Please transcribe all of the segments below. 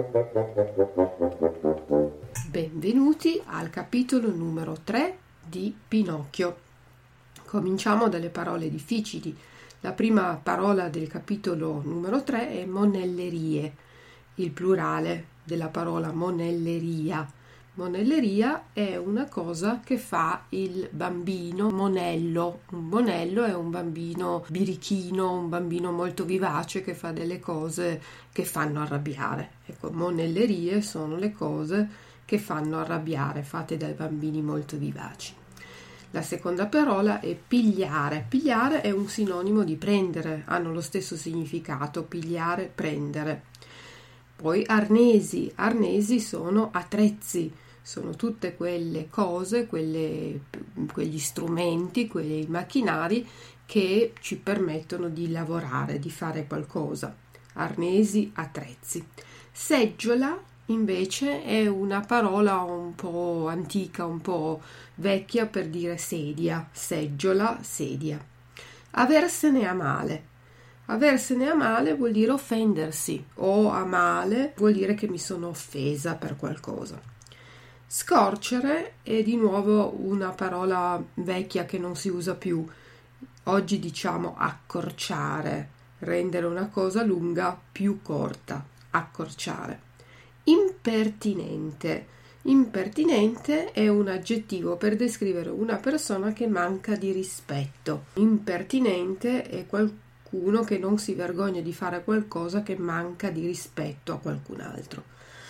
Benvenuti al capitolo numero 3 di Pinocchio. Cominciamo dalle parole difficili. La prima parola del capitolo numero 3 è monellerie, il plurale della parola monelleria. Monelleria è una cosa che fa il bambino monello. Un monello è un bambino birichino, un bambino molto vivace che fa delle cose che fanno arrabbiare. Ecco, monellerie sono le cose che fanno arrabbiare, fatte dai bambini molto vivaci. La seconda parola è pigliare. Pigliare è un sinonimo di prendere, hanno lo stesso significato, pigliare, prendere. Poi arnesi. Arnesi sono attrezzi, sono tutte quelle cose, quegli strumenti, quei macchinari che ci permettono di lavorare, di fare qualcosa. Arnesi, attrezzi. Seggiola invece è una parola un po' antica, un po' vecchia per dire sedia, seggiola, sedia. Aversene a male. Aversene a male vuol dire offendersi, o a male vuol dire che mi sono offesa per qualcosa. Scorcere è di nuovo una parola vecchia che non si usa più. Oggi diciamo accorciare, rendere una cosa lunga più corta, accorciare. Impertinente. Impertinente è un aggettivo per descrivere una persona che manca di rispetto. Impertinente è qualcuno che non si vergogna di fare qualcosa che manca di rispetto a qualcun altro.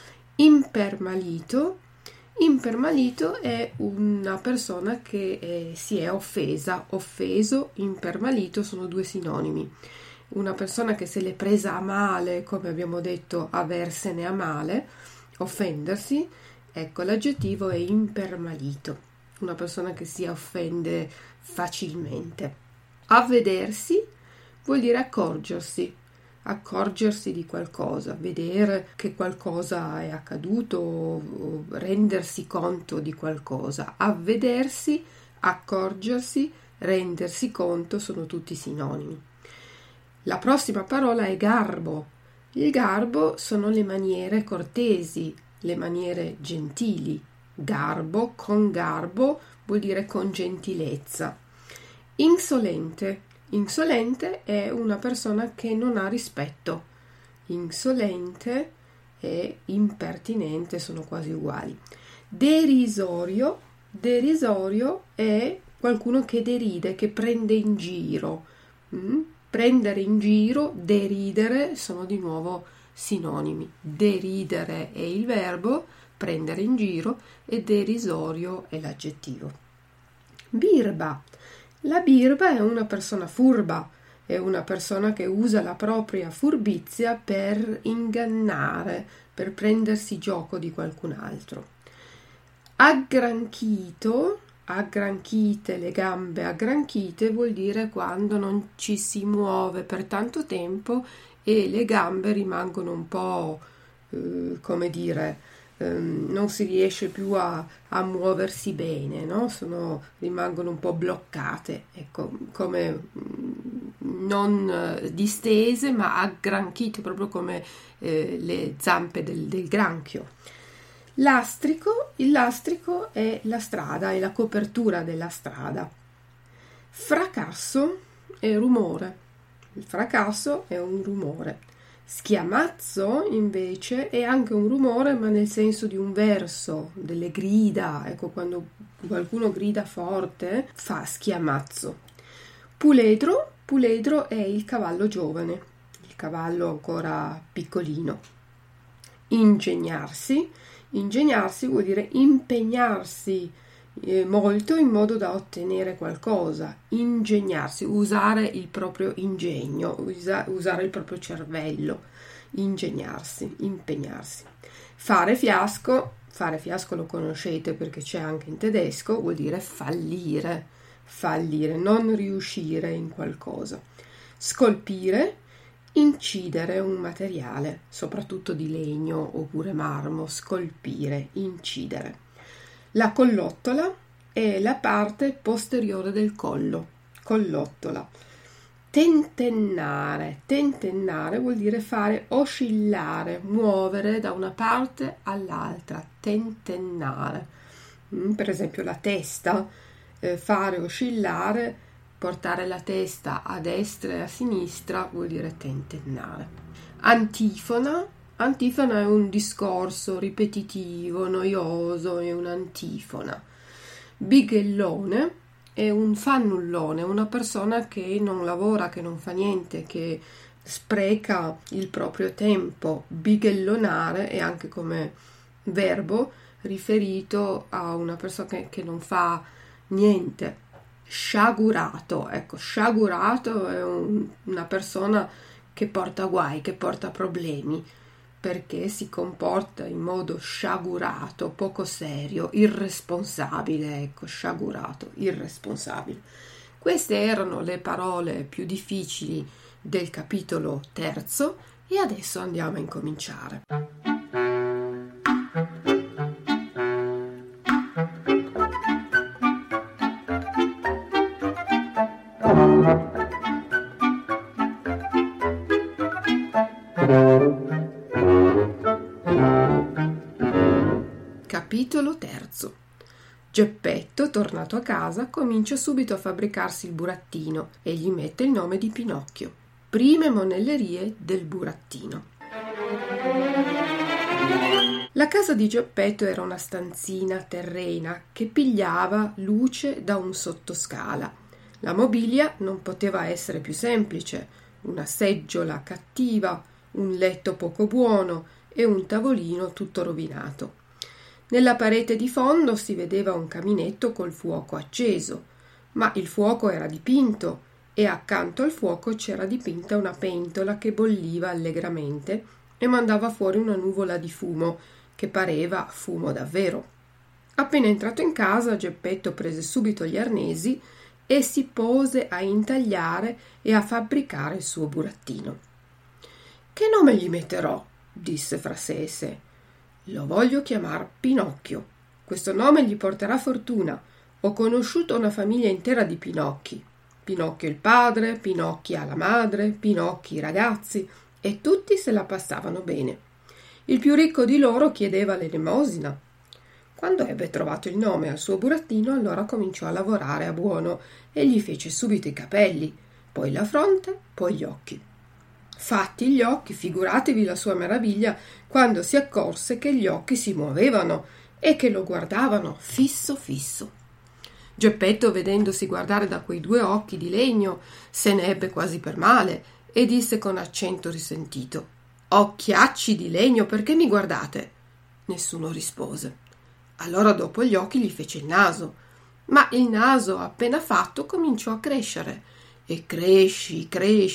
Impermalito. Impermalito è una persona che si è offesa. Offeso, impermalito sono due sinonimi. Una persona che se l'è presa a male, come abbiamo detto, aversene a male, offendersi, ecco, l'aggettivo è impermalito, una persona che si offende facilmente. Avvedersi vuol dire accorgersi di qualcosa, vedere che qualcosa è accaduto o rendersi conto di qualcosa. Avvedersi, accorgersi, rendersi conto sono tutti sinonimi. La prossima parola è garbo. Il garbo sono le maniere cortesi, le maniere gentili. Garbo, con garbo, vuol dire con gentilezza. Insolente. Insolente è una persona che non ha rispetto. Insolente e impertinente sono quasi uguali. Derisorio. Derisorio è qualcuno che deride, che prende in giro. Prendere in giro, deridere sono di nuovo sinonimi. Deridere è il verbo, prendere in giro, e derisorio è l'aggettivo. Birba. La birba è una persona furba, è una persona che usa la propria furbizia per ingannare, per prendersi gioco di qualcun altro. Aggranchito. Aggranchite, le gambe aggranchite vuol dire quando non ci si muove per tanto tempo e le gambe rimangono un po', non si riesce più a muoversi bene, no? Rimangono un po' bloccate, ecco, come non distese ma aggranchite, proprio come le zampe del granchio. Lastrico, il lastrico è la strada, è la copertura della strada. Fracasso è rumore, il fracasso è un rumore. Schiamazzo invece è anche un rumore, ma nel senso di un verso, delle grida, ecco, quando qualcuno grida forte fa schiamazzo. Puledro è il cavallo giovane, il cavallo ancora piccolino. Ingegnarsi vuol dire impegnarsi molto in modo da ottenere qualcosa. Ingegnarsi, usare il proprio ingegno, usare il proprio cervello. Ingegnarsi, impegnarsi. Fare fiasco lo conoscete perché c'è anche in tedesco, vuol dire fallire, non riuscire in qualcosa. Scolpire, incidere un materiale, soprattutto di legno oppure marmo, scolpire, incidere. La collottola è la parte posteriore del collo, collottola. Tentennare. Tentennare vuol dire fare oscillare, muovere da una parte all'altra. Tentennare. Per esempio la testa, fare oscillare, portare la testa a destra e a sinistra vuol dire tentennare. Antifona. Antifona è un discorso ripetitivo, noioso, è un'antifona. Bighellone è un fannullone, una persona che non lavora, che non fa niente, che spreca il proprio tempo. Bighellonare è anche come verbo riferito a una persona che non fa niente. Sciagurato, ecco, sciagurato è una persona che porta guai, che porta problemi, perché si comporta in modo sciagurato, poco serio, irresponsabile, ecco, sciagurato, irresponsabile. Queste erano le parole più difficili del capitolo terzo e adesso andiamo a incominciare. Capitolo terzo. Geppetto, tornato a casa, comincia subito a fabbricarsi il burattino e gli mette il nome di Pinocchio. Prime monellerie del burattino. La casa di Geppetto era una stanzina terrena che pigliava luce da un sottoscala. La mobilia non poteva essere più semplice: una seggiola cattiva, un letto poco buono e un tavolino tutto rovinato. Nella parete di fondo si vedeva un caminetto col fuoco acceso, ma il fuoco era dipinto e accanto al fuoco c'era dipinta una pentola che bolliva allegramente e mandava fuori una nuvola di fumo che pareva fumo davvero. Appena entrato in casa, Geppetto prese subito gli arnesi e si pose a intagliare e a fabbricare il suo burattino. «Che nome gli metterò?» disse fra sé e sé. «Lo voglio chiamar Pinocchio. Questo nome gli porterà fortuna. Ho conosciuto una famiglia intera di Pinocchi. Pinocchio il padre, Pinocchia la madre, Pinocchi i ragazzi, e tutti se la passavano bene. Il più ricco di loro chiedeva l'elemosina». Quando ebbe trovato il nome al suo burattino, allora cominciò a lavorare a buono e gli fece subito i capelli, poi la fronte, poi gli occhi. Fatti gli occhi, figuratevi la sua meraviglia quando si accorse che gli occhi si muovevano e che lo guardavano fisso fisso. Geppetto, vedendosi guardare da quei due occhi di legno, se ne ebbe quasi per male e disse con accento risentito: «Occhiacci di legno, perché mi guardate?» Nessuno rispose. Allora dopo gli occhi gli fece il naso, ma il naso appena fatto cominciò a crescere e cresci,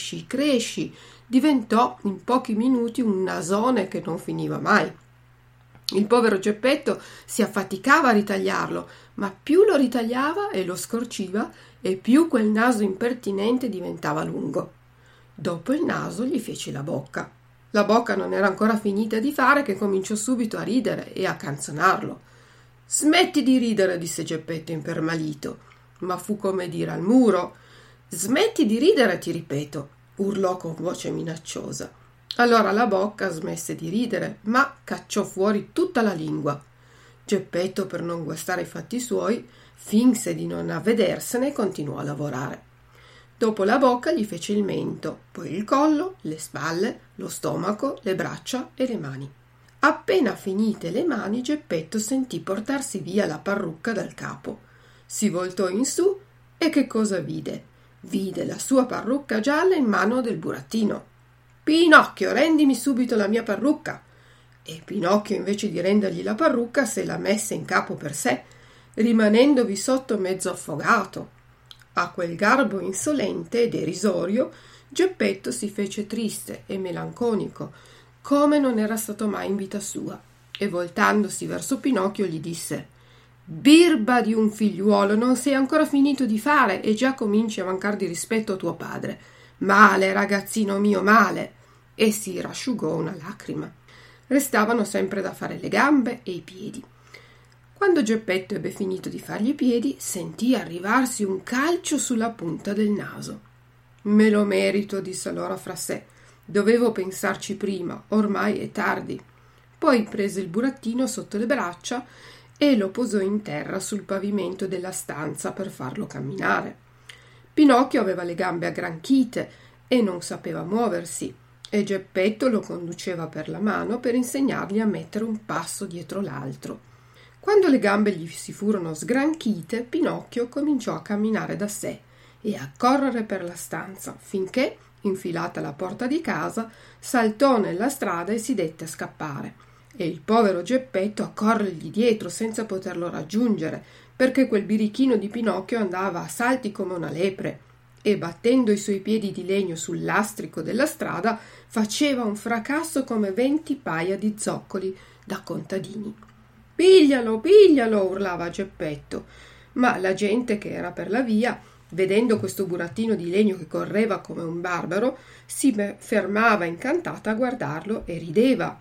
diventò in pochi minuti un nasone che non finiva mai. Il povero Geppetto si affaticava a ritagliarlo, ma più lo ritagliava e lo scorciva e più quel naso impertinente diventava lungo. Dopo il naso gli fece la bocca. La bocca non era ancora finita di fare che cominciò subito a ridere e a canzonarlo. «Smetti di ridere», disse Geppetto impermalito, ma fu come dire al muro. «Smetti di ridere, ti ripeto», urlò con voce minacciosa. Allora la bocca smesse di ridere, ma cacciò fuori tutta la lingua. Geppetto, per non guastare i fatti suoi, finse di non avvedersene e continuò a lavorare. Dopo la bocca gli fece il mento, poi il collo, le spalle, lo stomaco, le braccia e le mani. Appena finite le mani, Geppetto sentì portarsi via la parrucca dal capo. Si voltò in su e che cosa vide? Vide la sua parrucca gialla in mano del burattino. «Pinocchio, rendimi subito la mia parrucca!» E Pinocchio, invece di rendergli la parrucca, se la messe in capo per sé, rimanendovi sotto mezzo affogato. A quel garbo insolente e derisorio, Geppetto si fece triste e melanconico, come non era stato mai in vita sua, e voltandosi verso Pinocchio gli disse: «Birba di un figliuolo, non sei ancora finito di fare e già cominci a mancar di rispetto a tuo padre. Male, ragazzino mio, male!» E si rasciugò una lacrima. Restavano sempre da fare le gambe e i piedi. Quando Geppetto ebbe finito di fargli i piedi, sentì arrivarsi un calcio sulla punta del naso. Me lo merito, disse allora fra sé. Dovevo pensarci prima, ormai è tardi. Poi prese il burattino sotto le braccia e lo posò in terra sul pavimento della stanza per farlo camminare. Pinocchio aveva le gambe aggranchite e non sapeva muoversi, e Geppetto lo conduceva per la mano per insegnargli a mettere un passo dietro l'altro. Quando le gambe gli si furono sgranchite, Pinocchio cominciò a camminare da sé e a correre per la stanza, finché, infilata la porta di casa, saltò nella strada e si dette a scappare. E il povero Geppetto a corrergli dietro senza poterlo raggiungere, perché quel birichino di Pinocchio andava a salti come una lepre e, battendo i suoi piedi di legno sul lastrico della strada, faceva un fracasso come 20 paia di zoccoli da contadini. Piglialo, piglialo, urlava Geppetto, ma la gente che era per la via, vedendo questo burattino di legno che correva come un barbaro, si fermava incantata a guardarlo e rideva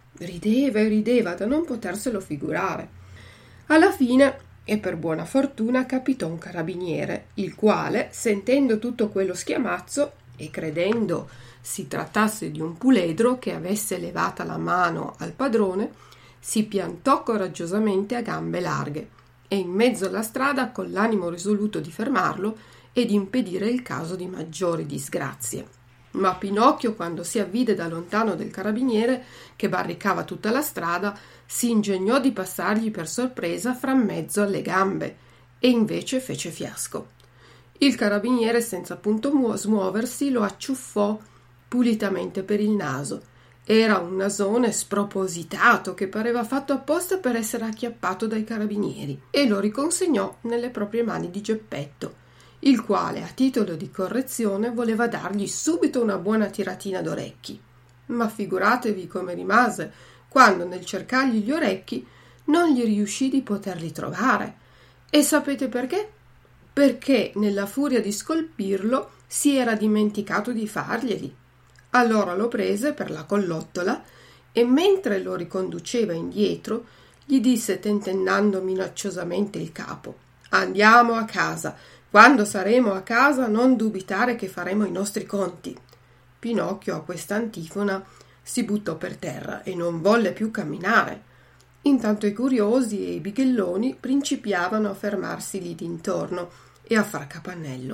e rideva da non poterselo figurare. Alla fine, e per buona fortuna, capitò un carabiniere, il quale, sentendo tutto quello schiamazzo e credendo si trattasse di un puledro che avesse levata la mano al padrone, si piantò coraggiosamente a gambe larghe e in mezzo alla strada con l'animo risoluto di fermarlo e di impedire il caso di maggiori disgrazie. Ma Pinocchio, quando si avvide da lontano del carabiniere che barricava tutta la strada, si ingegnò di passargli per sorpresa fra mezzo alle gambe e invece fece fiasco. Il carabiniere, senza appunto smuoversi, lo acciuffò pulitamente per il naso. Era un nasone spropositato che pareva fatto apposta per essere acchiappato dai carabinieri e lo riconsegnò nelle proprie mani di Geppetto, il quale, a titolo di correzione, voleva dargli subito una buona tiratina d'orecchi. Ma figuratevi come rimase quando, nel cercargli gli orecchi, non gli riuscì di poterli trovare. E sapete perché? Perché, nella furia di scolpirlo, si era dimenticato di farglieli. Allora lo prese per la collottola e, mentre lo riconduceva indietro, gli disse tentennando minacciosamente il capo: «Andiamo a casa. Quando saremo a casa non dubitare che faremo i nostri conti». Pinocchio a questa antifona si buttò per terra e non volle più camminare. Intanto i curiosi e i bighelloni principiavano a fermarsi lì dintorno e a far capannello.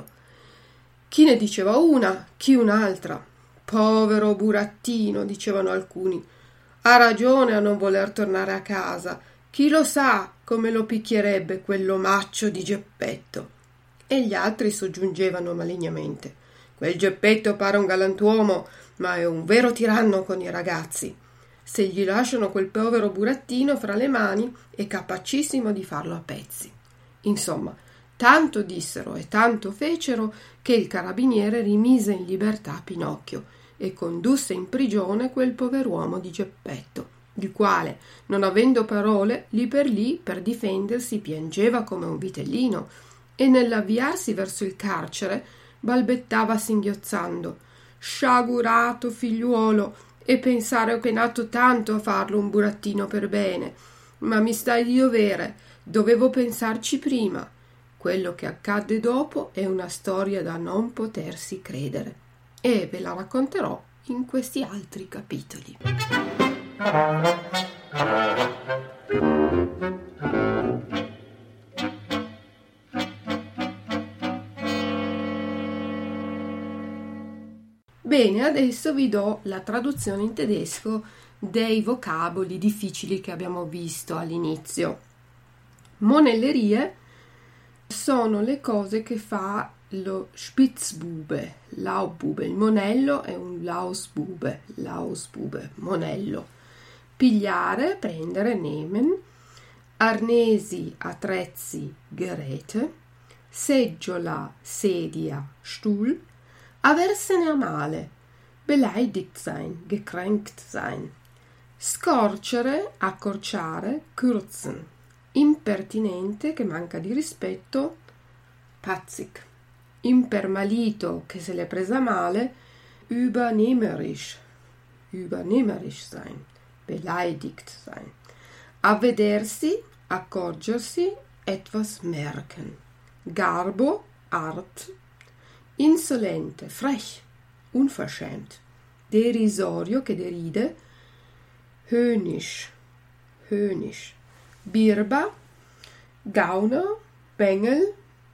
Chi ne diceva una, chi un'altra. «Povero burattino», dicevano alcuni, «ha ragione a non voler tornare a casa. Chi lo sa come lo picchierebbe quell'omaccio di Geppetto». E gli altri soggiungevano malignamente: «Quel Geppetto pare un galantuomo, ma è un vero tiranno con i ragazzi. Se gli lasciano quel povero burattino fra le mani è capacissimo di farlo a pezzi». Insomma, tanto dissero e tanto fecero che il carabiniere rimise in libertà Pinocchio e condusse in prigione quel pover'uomo di Geppetto, il quale, non avendo parole, lì per difendersi piangeva come un vitellino e nell'avviarsi verso il carcere balbettava singhiozzando: «Sciagurato figliuolo, e pensare ho penato tanto a farlo un burattino per bene, ma mi stai di dovere, dovevo pensarci prima. Quello che accadde dopo è una storia da non potersi credere e ve la racconterò in questi altri capitoli». Bene, adesso vi do la traduzione in tedesco dei vocaboli difficili che abbiamo visto all'inizio. Monellerie sono le cose che fa lo Spitzbube, Laubbube. Il monello è un Lausbube, monello. Pigliare, prendere, nehmen. Arnesi, attrezzi, Geräte. Seggiola, sedia, Stuhl. Aversene a male, beleidigt sein, gekränkt sein. Scorcere, accorciare, kürzen. Impertinente, che manca di rispetto, patzig. Impermalito, che se l'è presa male, übernehmerisch sein, beleidigt sein. Avvedersi, accorgersi, etwas merken. Garbo, Art. insolente, frech, unverschämt, derisorio che deride, höhnisch, birba, Gauner, Bengel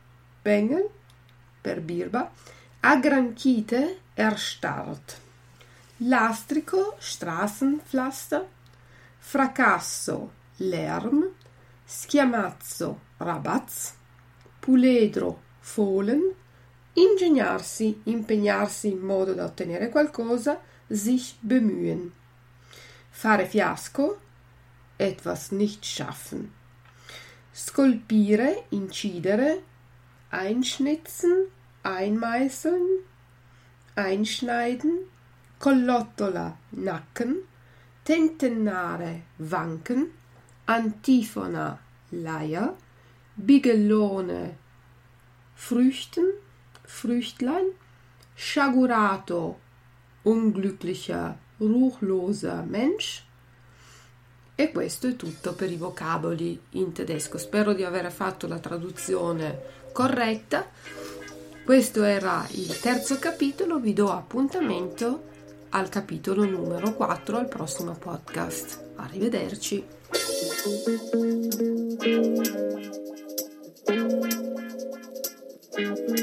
per birba, aggranchite, erstarrt, lastrico, Straßenpflaster, fracasso, Lärm, schiamazzo, rabaz, puledro, fohlen, ingegnarsi, impegnarsi in modo da ottenere qualcosa, sich bemühen, fare fiasco, etwas nicht schaffen, scolpire, incidere, einschnitzen, einmeißeln, einschneiden, collottola, nacken, tentennare, wanken, antifona, Leier, bigellone, Früchtlein, sciagurato, unglücklicher, ruchloser Mensch. E questo è tutto per i vocaboli in tedesco. Spero di aver fatto la traduzione corretta. Questo era il terzo capitolo, vi do appuntamento al capitolo numero 4 al prossimo podcast. Arrivederci. Thank you.